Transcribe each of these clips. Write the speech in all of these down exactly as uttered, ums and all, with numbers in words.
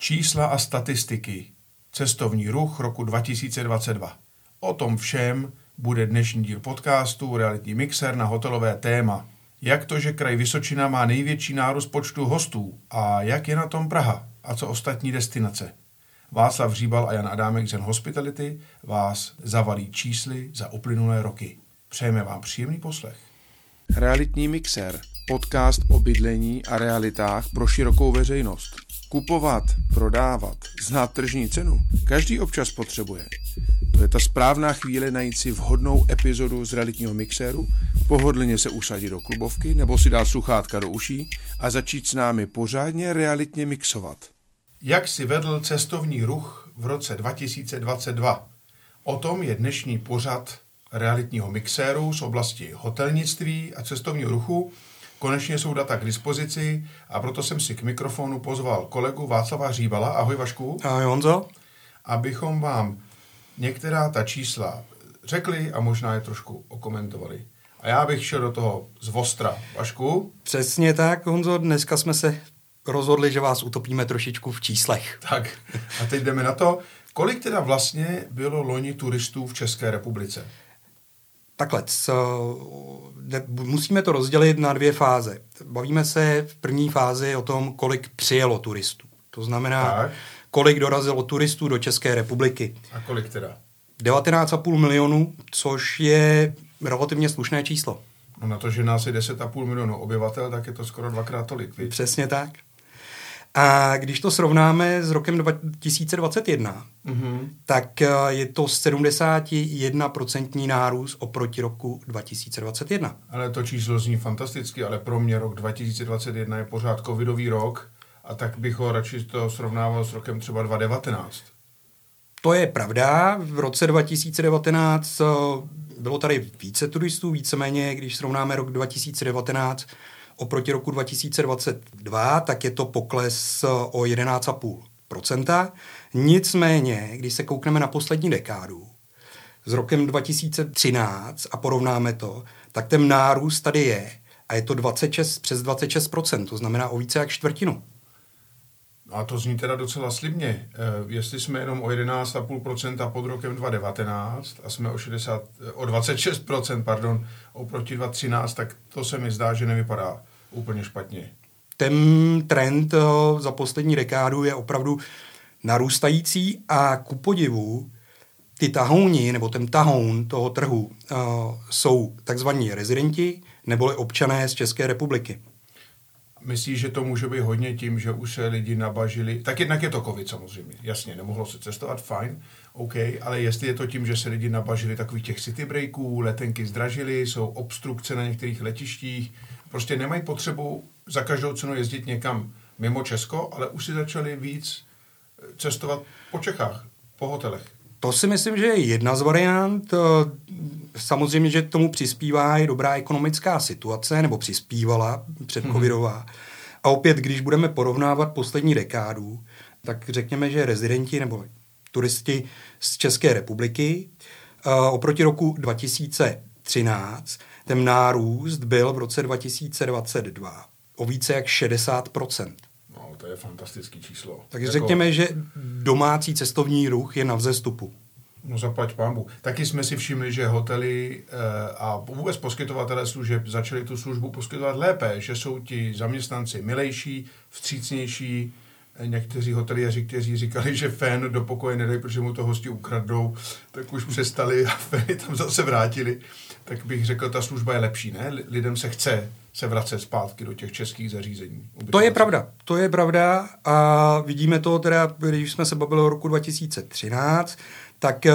Čísla a statistiky. Cestovní ruch roku dva tisíce dvacet dva. O tom všem bude dnešní díl podcastu Realitní mixer na hotelové téma. Jak to, že kraj Vysočina má největší nárůst počtu hostů a jak je na tom Praha a co ostatní destinace. Václav Hříbal a Jan Adámek z Zen Hospitality vás zavalí čísly za uplynulé roky. Přejeme vám příjemný poslech. Realitní mixer. Podcast o bydlení a realitách pro širokou veřejnost. Kupovat, prodávat, znát tržní cenu. Každý občas potřebuje. To je ta správná chvíle najít si vhodnou epizodu z realitního mixéru, pohodlně se usadit do klubovky nebo si dát sluchátka do uší a začít s námi pořádně realitně mixovat. Jak si vedl cestovní ruch v roce dva tisíce dvacet dva? O tom je dnešní pořad realitního mixéru z oblasti hotelnictví a cestovního ruchu. Konečně jsou data k dispozici a proto jsem si k mikrofonu pozval kolegu Václava Hříbala. Ahoj Vašku. Ahoj Honzo. Abychom vám některá ta čísla řekli a možná je trošku okomentovali. A já bych šel do toho z ostra. Vašku? Přesně tak, Honzo. Dneska jsme se rozhodli, že vás utopíme trošičku v číslech. Tak a teď jdeme na to. Kolik teda vlastně bylo loni turistů v České republice? Takhle, musíme to rozdělit na dvě fáze. Bavíme se v první fázi o tom, kolik přijelo turistů. To znamená, tak. kolik dorazilo turistů do České republiky. A kolik teda? devatenáct a půl milionů, což je relativně slušné číslo. No na to, že nás je deset a půl milionu obyvatel, tak je to skoro dvakrát tolik. Víc? Přesně tak. A když to srovnáme s rokem dva tisíce dvacet jedna, mm-hmm. tak je to sedmdesát jedna procent nárůst oproti roku dva tisíce dvacet jedna. Ale to číslo zní fantasticky, ale pro mě rok dva tisíce dvacet jedna je pořád covidový rok a tak bych ho radši to srovnával s rokem třeba dva tisíce devatenáct. To je pravda. V roce dva tisíce devatenáct bylo tady více turistů, víceméně, když srovnáme rok dva tisíce devatenáct oproti roku dva tisíce dvacet dva, tak je to pokles o jedenáct celá pět procenta. Nicméně, když se koukneme na poslední dekádu s rokem dva tisíce třináct a porovnáme to, tak ten nárůst tady je a je to dvacet šest, přes dvacet šest procent, to znamená o více jak čtvrtinu. A to zní teda docela slibně. E, jestli jsme jenom o jedenáct celá pět procenta pod rokem dva tisíce devatenáct a jsme o, šedesát, o dvacet šest procent pardon, oproti dva tisíce třináct, tak to se mi zdá, že nevypadá úplně špatně. Ten trend za poslední dekádu je opravdu narůstající a ku podivu ty tahouni, nebo ten tahoun toho trhu uh, jsou takzvaní rezidenti neboli občané z České republiky. Myslíš, že to může být hodně tím, že už se lidi nabažili? Tak jednak je to covid samozřejmě, jasně, nemohlo se cestovat, fajn, OK, ale jestli je to tím, že se lidi nabažili takových těch city breaků, letenky zdražily, jsou obstrukce na některých letištích, prostě nemají potřebu za každou cenu jezdit někam mimo Česko, ale už si začali víc cestovat po Čechách, po hotelech. To si myslím, že je jedna z variant. Samozřejmě, že k tomu přispívá i dobrá ekonomická situace, nebo přispívala předcovidová. Hmm. A opět, když budeme porovnávat poslední dekádu, tak řekněme, že rezidenti nebo turisti z České republiky oproti roku dva tisíce třináct ten nárůst byl v roce dva tisíce dvacet dva o více jak šedesát procent. No, to je fantastický číslo. Takže jako... řekněme, že domácí cestovní ruch je na vzestupu. No zaplať pánbu. Taky jsme si všimli, že hotely e, a vůbec poskytovatelé služeb začali tu službu poskytovat lépe, že jsou ti zaměstnanci milejší, vstřícnější. Někteří hoteliéři, kteří říkali, že fén do pokoje nedají, protože mu to hosti ukradnou, tak už přestali a fény tam zase vrátili. Tak bych řekl, ta služba je lepší, ne? Lidem se chce se vracet zpátky do těch českých zařízení. To je pravda, to je pravda a vidíme to teda, když jsme se bavili o roku dva tisíce třináct, tak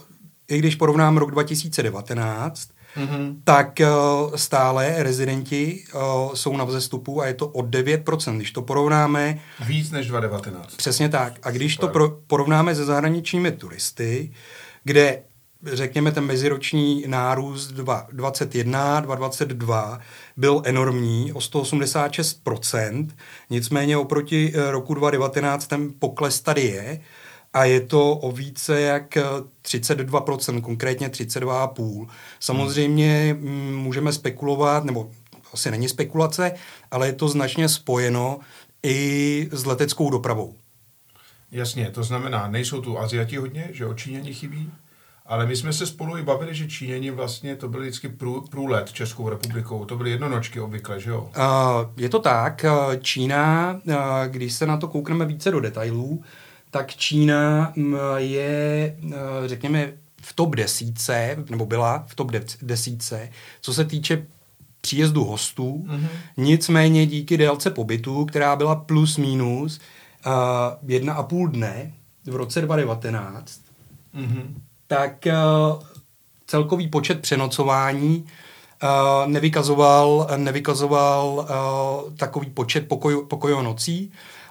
i když porovnáme rok dva tisíce devatenáct, mm-hmm. tak stále rezidenti jsou na vzestupu a je to o devět procent. Když to porovnáme... Víc než dva tisíce devatenáct. Přesně tak. A když to pro, porovnáme se zahraničními turisty, kde řekněme ten meziroční nárůst dva tisíce dvacet jedna dva tisíce dvacet dva byl enormní, o sto osmdesát šest procent, nicméně oproti roku dva tisíce devatenáct ten pokles tady je a je to o více jak třicet dva procent, konkrétně třicet dva celá pět. Samozřejmě hmm. můžeme spekulovat, nebo asi není spekulace, ale je to značně spojeno i s leteckou dopravou. Jasně, to znamená, nejsou tu Aziati hodně, že o Číňani chybí, ale my jsme se spolu i bavili, že Číňani vlastně to byly vždycky prů, průlet Českou republikou, to byly jednonočky obvykle, že jo? Uh, je to tak, Čína, uh, když se na to koukneme více do detailů, tak Čína je, uh, řekněme, v top desítce, nebo byla v top desítce, co se týče příjezdu hostů, mm-hmm. nicméně díky délce pobytu, která byla plus minus uh, jedna a půl dne v roce dva tisíce devatenáct, mm-hmm. tak uh, celkový počet přenocování uh, nevykazoval, nevykazoval uh, takový počet pokoj, pokojonocí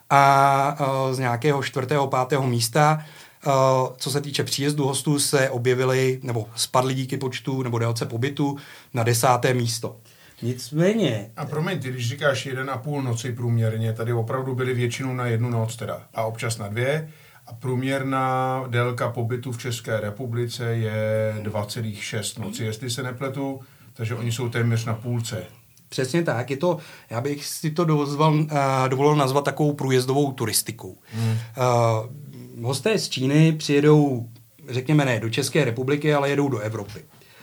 a uh, z nějakého čtvrtého, pátého místa, uh, co se týče příjezdu hostů, se objevily, nebo spadly díky počtu nebo délce pobytu na desáté místo. Nicméně... A promiň, ty když říkáš jeden a půl noci průměrně, tady opravdu byly většinou na jednu noc teda a občas na dvě a průměrná délka pobytu v České republice je dva celá šest noci, jestli se nepletu, takže oni jsou téměř na půlce. Přesně tak, je to, já bych si to dozval, uh, dovolil nazvat takovou průjezdovou turistikou. Hmm. Uh, hosté z Číny přijedou, řekněme ne do České republiky, ale jedou do Evropy.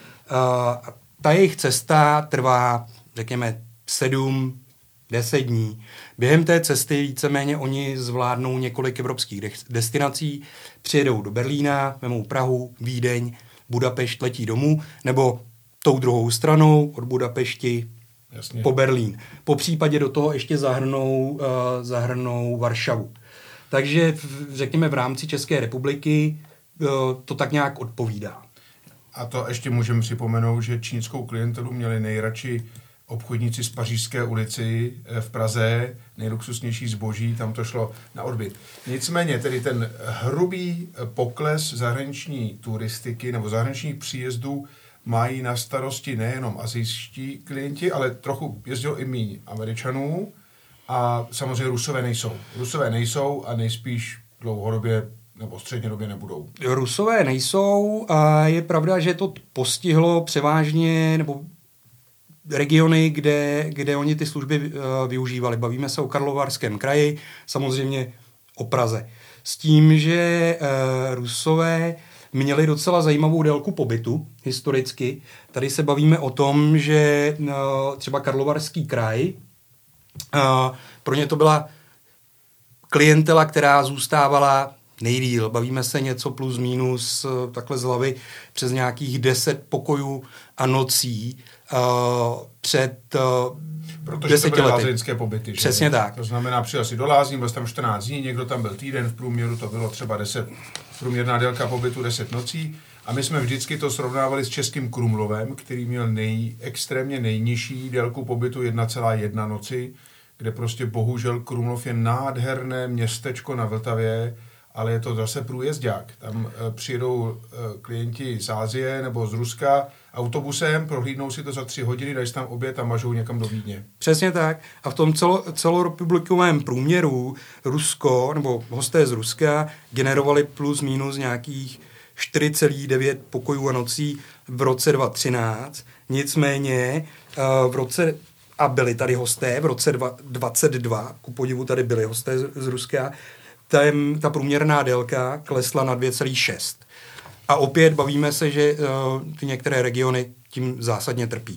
Uh, Ta jejich cesta trvá, řekněme, sedm, deset dní. Během té cesty víceméně oni zvládnou několik evropských destinací, přijedou do Berlína, vemou Prahu, Vídeň, Budapešť, letí domů, nebo tou druhou stranou od Budapešti Jasně. po Berlín. Po případě do toho ještě zahrnou, uh, zahrnou Varšavu. Takže, řekněme, v rámci České republiky uh, to tak nějak odpovídá. A to ještě můžeme připomenout, že čínskou klientelu měli nejradši obchodníci z Pařížské ulici v Praze, nejluxusnější zboží, tam to šlo na odbyt. Nicméně tedy ten hrubý pokles zahraniční turistiky nebo zahraničních příjezdů mají na starosti nejenom asijští klienti, ale trochu jezdilo i míň Američanů a samozřejmě Rusové nejsou. Rusové nejsou a nejspíš dlouhodobě nebo střednědobě nebudou. Rusové nejsou a je pravda, že to postihlo převážně nebo regiony, kde, kde oni ty služby uh, využívali. Bavíme se o Karlovarském kraji, samozřejmě o Praze. S tím, že uh, Rusové měli docela zajímavou délku pobytu historicky. Tady se bavíme o tom, že uh, třeba Karlovarský kraj, uh, pro ně to byla klientela, která zůstávala nejdýl. Bavíme se něco plus minus takhle z hlavy přes nějakých deset pokojů a nocí uh, před uh, Protože to byly lázeňské pobyty. Že? Přesně tak. To znamená, přijel si do lázní, byl tam čtrnáct dní, někdo tam byl týden, v průměru to bylo třeba deset, průměrná délka pobytu deset nocí a my jsme vždycky to srovnávali s Českým Krumlovem, který měl nej, extrémně nejnižší délku pobytu jedna celá jedna noci, kde prostě bohužel Krumlov je nádherné městečko na Vltavě, ale je to zase průjezdák. Tam e, přijedou e, klienti z Asie nebo z Ruska autobusem, prohlídnou si to za tři hodiny, dají si tam oběd a mažou někam do Vídně. Přesně tak. A v tom celo, celorepublikovém průměru Rusko, nebo hosté z Ruska, generovali plus minus nějakých čtyři celá devět pokojů a nocí v roce dva tisíce třináct. Nicméně e, v roce, a byli tady hosté, v roce dvacet dva, ku podivu tady byli hosté z, z Ruska, Ta, ta průměrná délka klesla na dvě celá šest. A opět bavíme se, že uh, ty některé regiony tím zásadně trpí.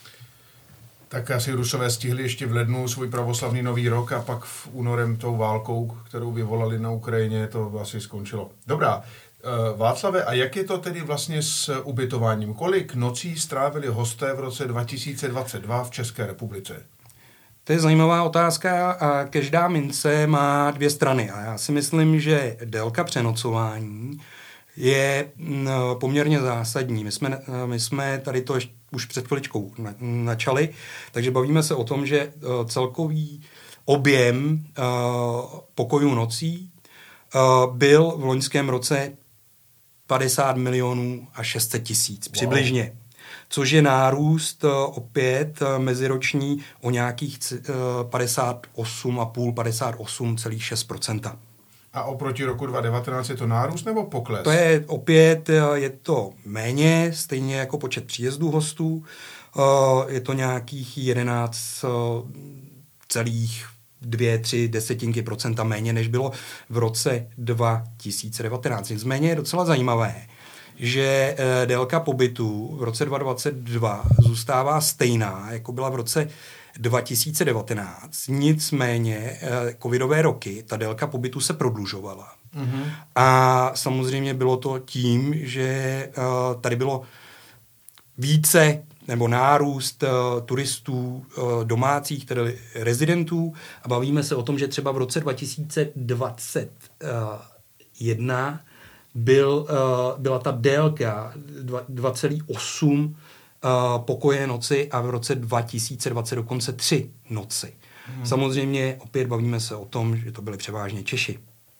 Tak asi Rusové stihli ještě v lednu svůj pravoslavný nový rok a pak v únorem tou válkou, kterou vyvolali na Ukrajině, to asi skončilo. Dobrá. Uh, Václave, a jak je to tedy vlastně s ubytováním? Kolik nocí strávili hosté v roce dva tisíce dvacet dva v České republice? To je zajímavá otázka a každá mince má dvě strany a já si myslím, že délka přenocování je poměrně zásadní. My jsme, my jsme tady to už před chviličkou načali, takže bavíme se o tom, že celkový objem pokojů nocí byl v loňském roce padesát milionů a šest set tisíc, přibližně. Wow. Což je nárůst opět meziroční o nějakých padesát osm celá pět, padesát osm celá šest procenta. A oproti roku dva tisíce devatenáct je to nárůst nebo pokles? To je opět, je to méně, stejně jako počet příjezdů hostů. Je to nějakých jedenáct celá dvě, tři desetinky procenta méně, než bylo v roce dva tisíce devatenáct. Nicméně je docela zajímavé, že e, délka pobytu v roce dva tisíce dvacet dva zůstává stejná, jako byla v roce dva tisíce devatenáct. Nicméně e, covidové roky, ta délka pobytu se prodlužovala. Mm-hmm. A samozřejmě bylo to tím, že e, tady bylo více nebo nárůst uh, turistů uh, domácích, tedy rezidentů. A bavíme se o tom, že třeba v roce dva tisíce dvacet jedna byl, uh, byla ta délka dva celá osm uh, pokoje noci a v roce dva tisíce dvacet dokonce tři noci. Hmm. Samozřejmě opět bavíme se o tom, že to byly převážně Češi.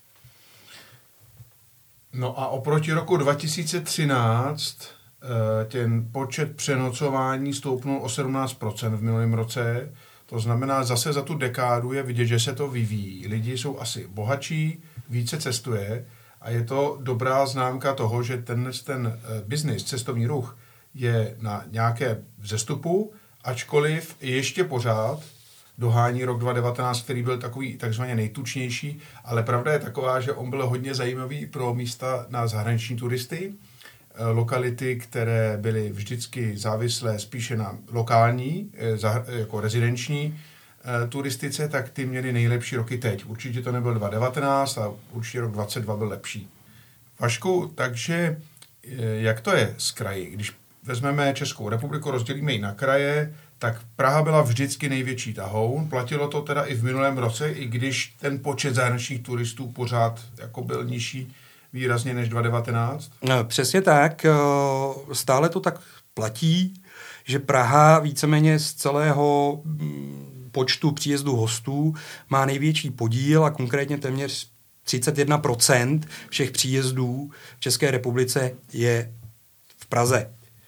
No a oproti roku dva tisíce třináct ten počet přenocování stoupnul o sedmnáct procent v minulém roce. To znamená, zase za tu dekádu je vidět, že se to vyvíjí. Lidi jsou asi bohatší, více cestuje a je to dobrá známka toho, že ten, ten biznis, cestovní ruch je na nějaké vzestupu, ačkoliv ještě pořád dohání rok dva tisíce devatenáct, který byl takový takzvaně nejtučnější, ale pravda je taková, že on byl hodně zajímavý pro místa na zahraniční turisty. Lokality, které byly vždycky závislé spíše na lokální, jako rezidenční turistice, tak ty měly nejlepší roky teď. Určitě to nebyl dva tisíce devatenáct a určitě rok dvacet dva byl lepší. Vašku, takže jak to je s kraji? Když vezmeme Českou republiku, rozdělíme ji na kraje, tak Praha byla vždycky největší tahoun. Platilo to teda i v minulém roce, i když ten počet zahraničních turistů pořád jako byl nižší výrazně než dva tisíce devatenáct? No, přesně tak. Stále to tak platí, že Praha víceméně z celého počtu příjezdu hostů má největší podíl a konkrétně téměř třicet jedna procent všech příjezdů v České republice je v Praze.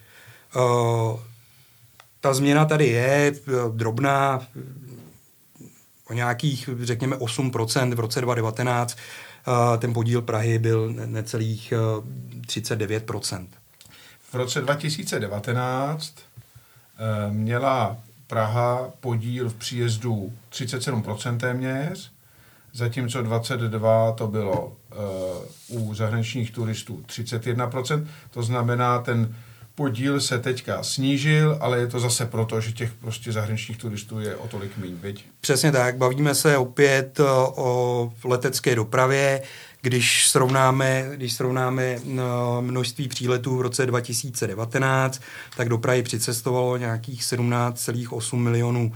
Ta změna tady je drobná, o nějakých, řekněme, osm procent v roce dva tisíce devatenáct. Ten podíl Prahy byl necelých třicet devět procent. V roce dva tisíce devatenáct měla Praha podíl v příjezdu třicet sedm procent téměř, zatímco dvacet dva to bylo u zahraničních turistů třicet jedna procent. To znamená, ten podíl se teďka snížil, ale je to zase proto, že těch prostě zahraničních turistů je o tolik méně, viď? Přesně tak. Bavíme se opět o letecké dopravě. Když srovnáme, když srovnáme množství příletů v roce dva tisíce devatenáct, tak do Prahy přicestovalo nějakých sedmnáct celá osm milionů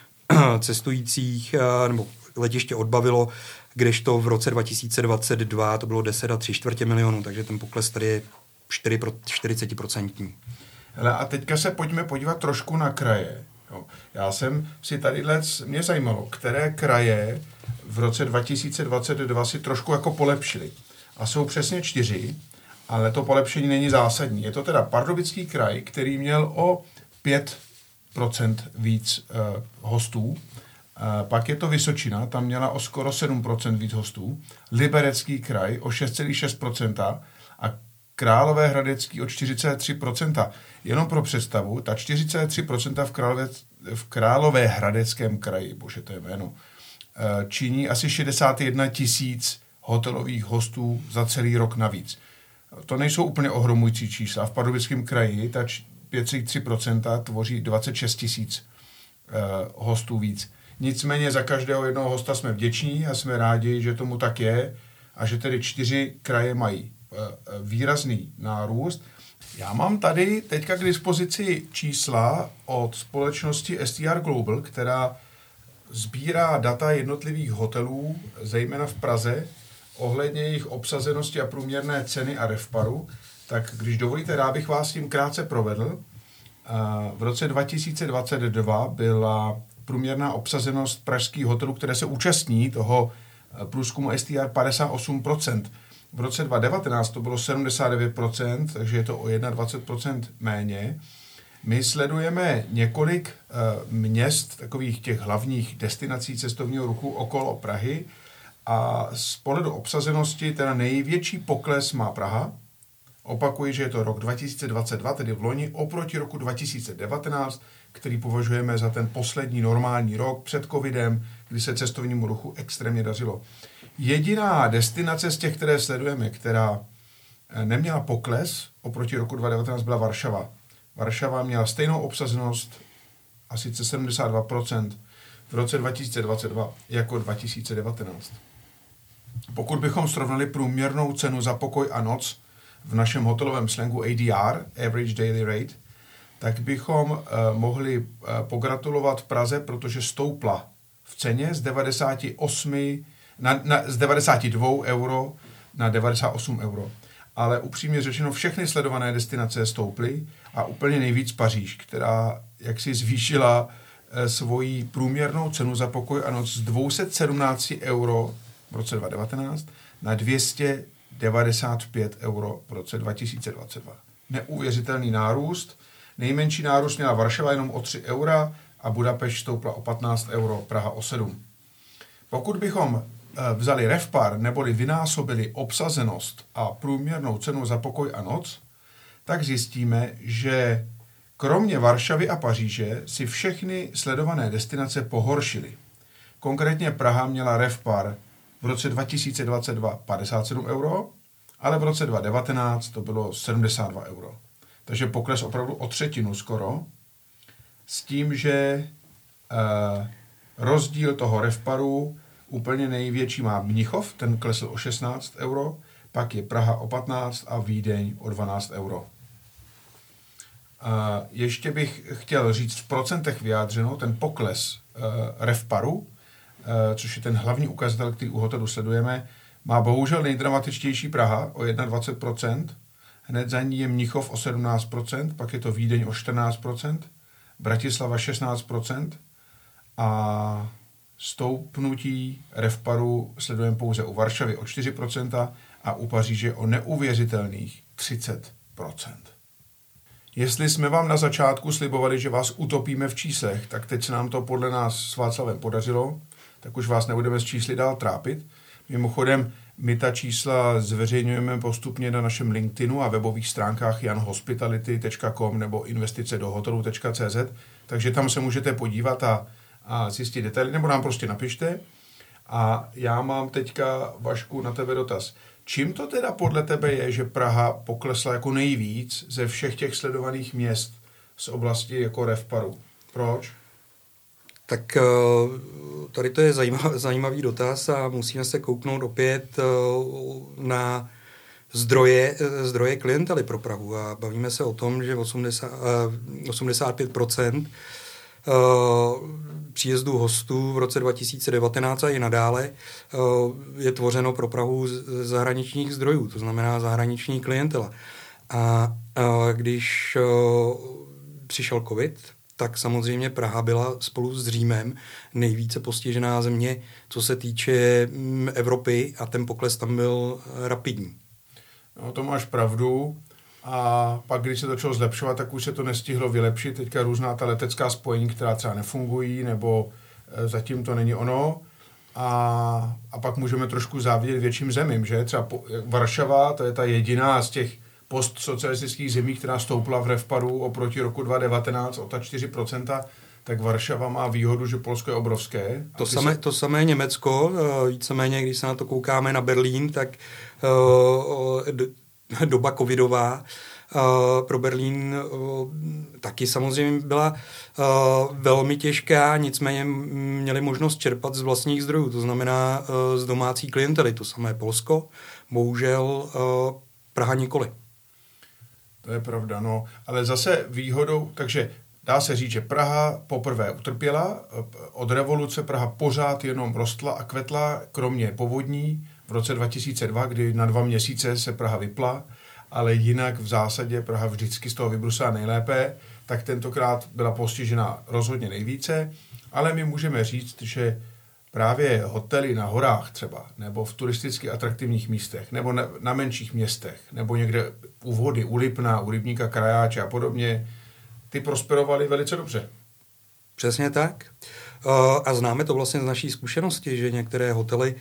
cestujících, nebo letiště odbavilo, kdežto v roce dva tisíce dvacet dva to bylo deset a tři čtvrtě milionů, takže ten pokles tady je čtyřicet procent. Hele, a teďka se pojďme podívat trošku na kraje. Jo. Já jsem si tady let, mě zajímalo, které kraje v roce dva tisíce dvacet dva si trošku jako polepšili. A jsou přesně čtyři, ale to polepšení není zásadní. Je to teda Pardubický kraj, který měl o pět procent víc uh, hostů. Uh, pak je to Vysočina, tam měla o skoro sedm procent víc hostů. Liberecký kraj o šest celá šest procenta a Královéhradecký o čtyřicet tři procenta. Jenom pro představu, ta čtyřicet tři procenta v, Králové, v Královéhradeckém kraji, bože to je jméno, činí asi šedesát jedna tisíc hotelových hostů za celý rok navíc. To nejsou úplně ohromující čísla. V Pardubickém kraji ta pět celá tři procenta tvoří dvacet šest tisíc uh, hostů víc. Nicméně za každého jednoho hosta jsme vděční a jsme rádi, že tomu tak je a že tedy čtyři kraje mají výrazný nárůst. Já mám tady teďka k dispozici čísla od společnosti S T R Global, která sbírá data jednotlivých hotelů, zejména v Praze, ohledně jejich obsazenosti a průměrné ceny a RevParu. Tak když dovolíte, rád bych vás tím krátce provedl. V roce dva tisíce dvacet dva byla průměrná obsazenost pražských hotelů, které se účastní toho průzkumu S T R, padesát osm procent. V roce dva tisíce devatenáct to bylo sedmdesát devět procent, takže je to o dvacet jedna procent méně. My sledujeme několik uh, měst, takových těch hlavních destinací cestovního ruchu okolo Prahy a z pohledu obsazenosti teda největší pokles má Praha. Opakuji, že je to rok dva tisíce dvacet dva, tedy v loni, oproti roku dva tisíce devatenáct, který považujeme za ten poslední normální rok před covidem, kdy se cestovnímu ruchu extrémně dařilo. Jediná destinace z těch, které sledujeme, která neměla pokles oproti roku dva tisíce devatenáct, byla Varšava. Varšava měla stejnou obsazenost, a sice sedmdesát dva procent v roce dva tisíce dvacet dva jako dva tisíce devatenáct. Pokud bychom srovnali průměrnou cenu za pokoj a noc v našem hotelovém slangu A D R, Average Daily Rate, tak bychom uh, mohli uh, pogratulovat Praze, protože stoupla v ceně z devadesát osm na, na, z devadesát dva euro na devadesát osm euro. Ale upřímně řečeno, všechny sledované destinace stouply a úplně nejvíc Paříž, která jaksi zvýšila uh, svoji průměrnou cenu za pokoj a noc z dvě stě sedmnáct euro v roce dva tisíce devatenáct na dvě stě devadesát pět euro v roce dva tisíce dvacet dva. Neuvěřitelný nárůst. Nejmenší nárůst měla Varšava jenom o tři eura a Budapešť stoupla o patnáct euro, Praha o sedm. Pokud bychom vzali RevPAR neboli vynásobili obsazenost a průměrnou cenu za pokoj a noc, tak zjistíme, že kromě Varšavy a Paříže si všechny sledované destinace pohoršily. Konkrétně Praha měla RevPAR v roce dva tisíce dvacet dva padesát sedm euro, ale v roce dva tisíce devatenáct to bylo sedmdesát dva euro. Takže pokles opravdu o třetinu skoro, s tím, že eh, rozdíl toho RevPARu úplně největší má Mnichov, ten klesl o šestnáct euro, pak je Praha o patnáct a Vídeň o dvanáct euro. Eh, ještě bych chtěl říct v procentech vyjádřeno, ten pokles eh, RevPARu, eh, což je ten hlavní ukazatel, který u hotelu sledujeme, má bohužel nejdramatičtější Praha o dvacet jedna procent, hned za ní je Mnichov o sedmnáct procent, pak je to Vídeň o čtrnáct procent, Bratislava šestnáct procent a stoupnutí RevPARu sledujeme pouze u Varšavy o čtyři procenta a u Paříže o neuvěřitelných třicet procent. Jestli jsme vám na začátku slibovali, že vás utopíme v číslech, tak teď se nám to podle nás s Václavem podařilo, tak už vás nebudeme s čísly dál trápit. Mimochodem, my ta čísla zveřejňujeme postupně na našem LinkedInu a webových stránkách jan hospitality tečka com nebo investice do hotelu tečka cé zet, takže tam se můžete podívat a, a zjistit detaily, nebo nám prostě napište. A já mám teďka, Vašku, na tebe dotaz. Čím to teda podle tebe je, že Praha poklesla jako nejvíc ze všech těch sledovaných měst z oblasti jako RevPARu? Proč? Tak tady to je zajímavý, zajímavý dotaz a musíme se kouknout opět na zdroje, zdroje klientely pro Prahu. A bavíme se o tom, že osmdesát, osmdesát pět procent příjezdu hostů v roce dva tisíce devatenáct a i nadále je tvořeno pro Prahu z zahraničních zdrojů, to znamená zahraniční klientela. A když přišel covid, tak samozřejmě Praha byla spolu s Římem nejvíce postižená země, co se týče Evropy a ten pokles tam byl rapidní. No, to máš pravdu. A pak, když se to začalo zlepšovat, tak už se to nestihlo vylepšit. Teďka různá ta letecká spojení, která třeba nefungují, nebo e, zatím to není ono. A, a pak můžeme trošku závidět větším zemím, že? Třeba po, Varšava, to je ta jediná z těch postsocialistických zemí, která stoupla v RevPARu oproti roku dva tisíce devatenáct o ta čtyři procenta, tak Varšava má výhodu, že Polsko je obrovské. To samé, se... to samé Německo, víceméně, když se na to koukáme na Berlín, tak uh, doba covidová uh, pro Berlín uh, taky samozřejmě byla uh, velmi těžká, nicméně měli možnost čerpat z vlastních zdrojů, to znamená uh, z domácí klientely, to samé Polsko, bohužel uh, Praha nikoli. To je pravda, no. Ale zase výhodou, takže dá se říct, že Praha poprvé utrpěla, od revoluce Praha pořád jenom rostla a kvetla, kromě povodní v roce dva tisíce dva, kdy na dva měsíce se Praha vypla, ale jinak v zásadě Praha vždycky z toho vybrusila nejlépe, tak tentokrát byla postižena rozhodně nejvíce, ale my můžeme říct, že právě hotely na horách třeba, nebo v turisticky atraktivních místech, nebo na, na menších městech, nebo někde u vody, u Lipna, u rybníka Krajáče a podobně, ty prosperovaly velice dobře. Přesně tak. A známe to vlastně z naší zkušenosti, že některé hotely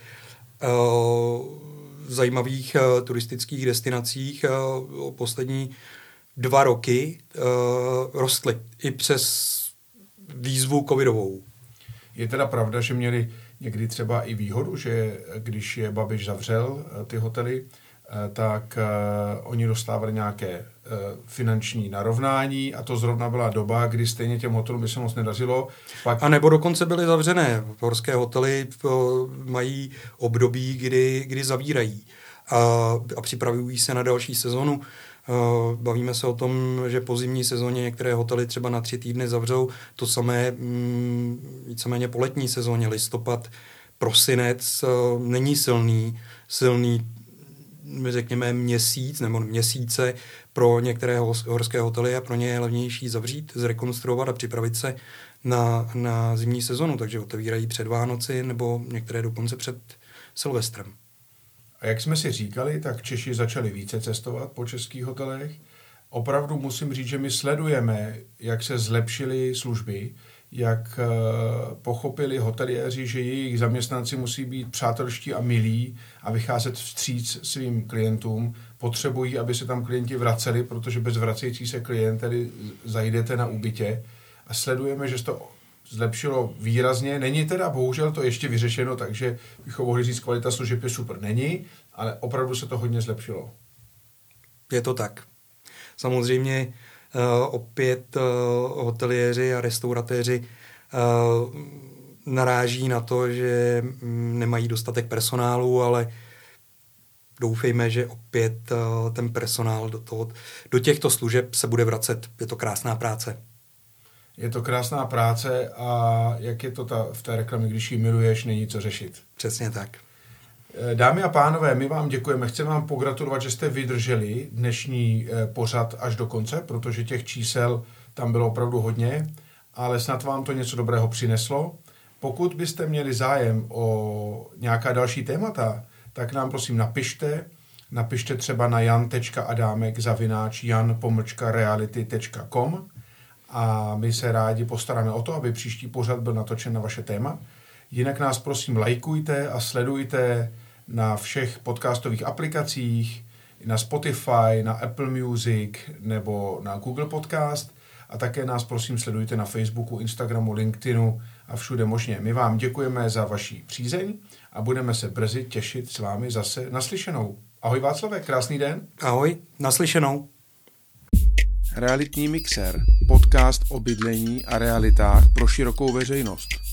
v zajímavých turistických destinacích poslední dva roky rostly i přes výzvu covidovou. Je teda pravda, že měli někdy třeba i výhodu, že když je Babiš zavřel ty hotely, tak uh, oni dostávali nějaké uh, finanční narovnání a to zrovna byla doba, kdy stejně těm hotelům by se moc nedařilo. Pak... A nebo dokonce byly zavřené. Horské hotely uh, mají období, kdy, kdy zavírají a, a připravují se na další sezonu. Uh, bavíme se o tom, že po zimní sezóně některé hotely třeba na tři týdny zavřou. To samé mm, víceméně po letní sezóně, listopad, prosinec uh, není silný, silný řekněme měsíc nebo měsíce pro některé horské hotely a pro ně je levnější zavřít, zrekonstruovat a připravit se na, na zimní sezonu, takže otevírají před Vánoci nebo některé dokonce před Silvestrem. A jak jsme si říkali, tak Češi začali více cestovat po českých hotelech. Opravdu musím říct, že my sledujeme, jak se zlepšily služby, jak uh, pochopili hoteliéři, že jejich zaměstnanci musí být přátelští a milí a vycházet vstříc svým klientům. Potřebují, aby se tam klienti vraceli, protože bez vracející se klient tedy zajdete na úbytě. A sledujeme, že se to zlepšilo výrazně. Není teda bohužel to ještě vyřešeno, takže bychom mohli říct, kvalita služeb je super. Není, ale opravdu se to hodně zlepšilo. Je to tak. Samozřejmě Uh, opět uh, hoteliéři a restauratéři uh, naráží na to, že mm, nemají dostatek personálu, ale doufejme, že opět uh, ten personál do, toho, do těchto služeb se bude vracet. Je to krásná práce. Je to krásná práce a jak je to ta, v té reklamě, když ji miluješ, není co řešit. Přesně tak. Dámy a pánové, my vám děkujeme. Chceme vám pogratulovat, že jste vydrželi dnešní pořad až do konce, protože těch čísel tam bylo opravdu hodně, ale snad vám to něco dobrého přineslo. Pokud byste měli zájem o nějaká další témata, tak nám prosím napište. Napište třeba na jan tečka adámek zavináč jan pomlčka reality tečka com a my se rádi postaráme o to, aby příští pořad byl natočen na vaše téma. Jinak nás prosím lajkujte a sledujte na všech podcastových aplikacích, na Spotify, na Apple Music nebo na Google Podcast a také nás prosím sledujte na Facebooku, Instagramu, LinkedInu a všude možně. My vám děkujeme za vaši přízeň a budeme se brzy těšit s vámi zase naslyšenou. Ahoj Václave, krásný den. Ahoj, naslyšenou. Realitní mixer, podcast o bydlení a realitách pro širokou veřejnost.